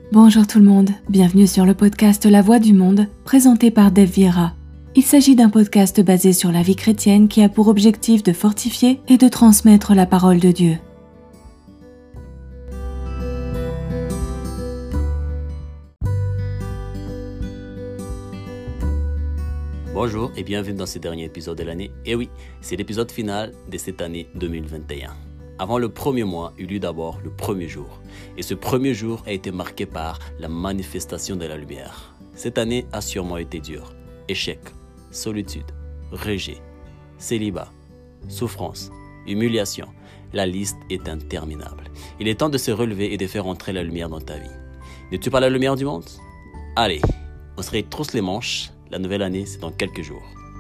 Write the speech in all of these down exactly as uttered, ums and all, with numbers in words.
Bonjour tout le monde, bienvenue sur le podcast La Voix du Monde, présenté par Dave Vieira. Il s'agit d'un podcast basé sur la vie chrétienne qui a pour objectif de fortifier et de transmettre la parole de Dieu. Bonjour et bienvenue dans ce dernier épisode de l'année. Et oui, c'est l'épisode final de cette année deux mille vingt et un. Avant le premier mois, il y eut d'abord le premier jour. Et ce premier jour a été marqué par la manifestation de la lumière. Cette année a sûrement été dure. Échec, solitude, rejet, célibat, souffrance, humiliation. La liste est interminable. Il est temps de se relever et de faire entrer la lumière dans ta vie. N'es-tu pas la lumière du monde? Allez, on se retrousse les manches. La nouvelle année, c'est dans quelques jours.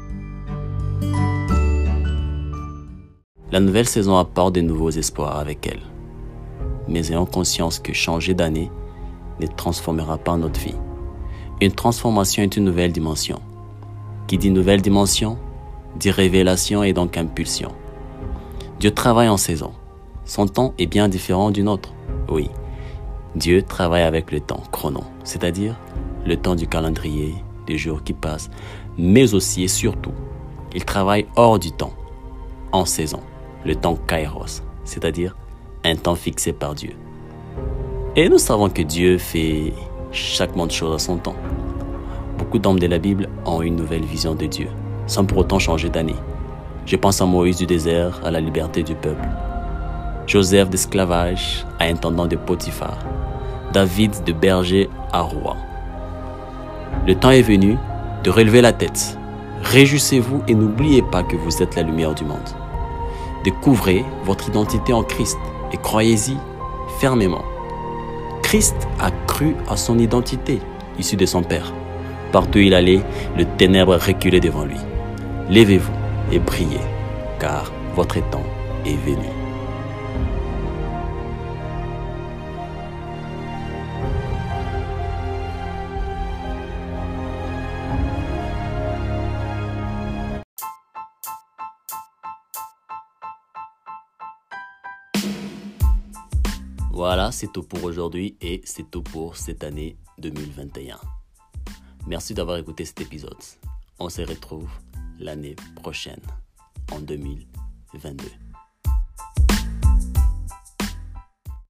La nouvelle saison apporte de nouveaux espoirs avec elle. Mais ayons conscience que changer d'année ne transformera pas notre vie. Une transformation est une nouvelle dimension. Qui dit nouvelle dimension, dit révélation et donc impulsion. Dieu travaille en saison. Son temps est bien différent du nôtre. Oui, Dieu travaille avec le temps chrono, c'est-à-dire le temps du calendrier, des jours qui passent, mais aussi et surtout, il travaille hors du temps, en saison, le temps kairos, c'est-à-dire un temps fixé par Dieu. Et nous savons que Dieu fait chaque de choses à son temps. Beaucoup d'hommes de la Bible ont une nouvelle vision de Dieu, sans pour autant changer d'année. Je pense à Moïse du désert, à la liberté du peuple, Joseph d'esclavage à intendant de Potiphar, David de berger à roi. Le temps est venu de relever la tête. Réjouissez-vous et n'oubliez pas que vous êtes la lumière du monde. Découvrez votre identité en Christ et croyez-y fermement. Christ a cru à son identité, issue de son Père. Partout où il allait, le ténèbre reculait devant lui. Levez-vous et brillez, car votre temps est venu. Voilà, c'est tout pour aujourd'hui et c'est tout pour cette année deux mille vingt et un. Merci d'avoir écouté cet épisode. On se retrouve l'année prochaine, en deux mille vingt-deux.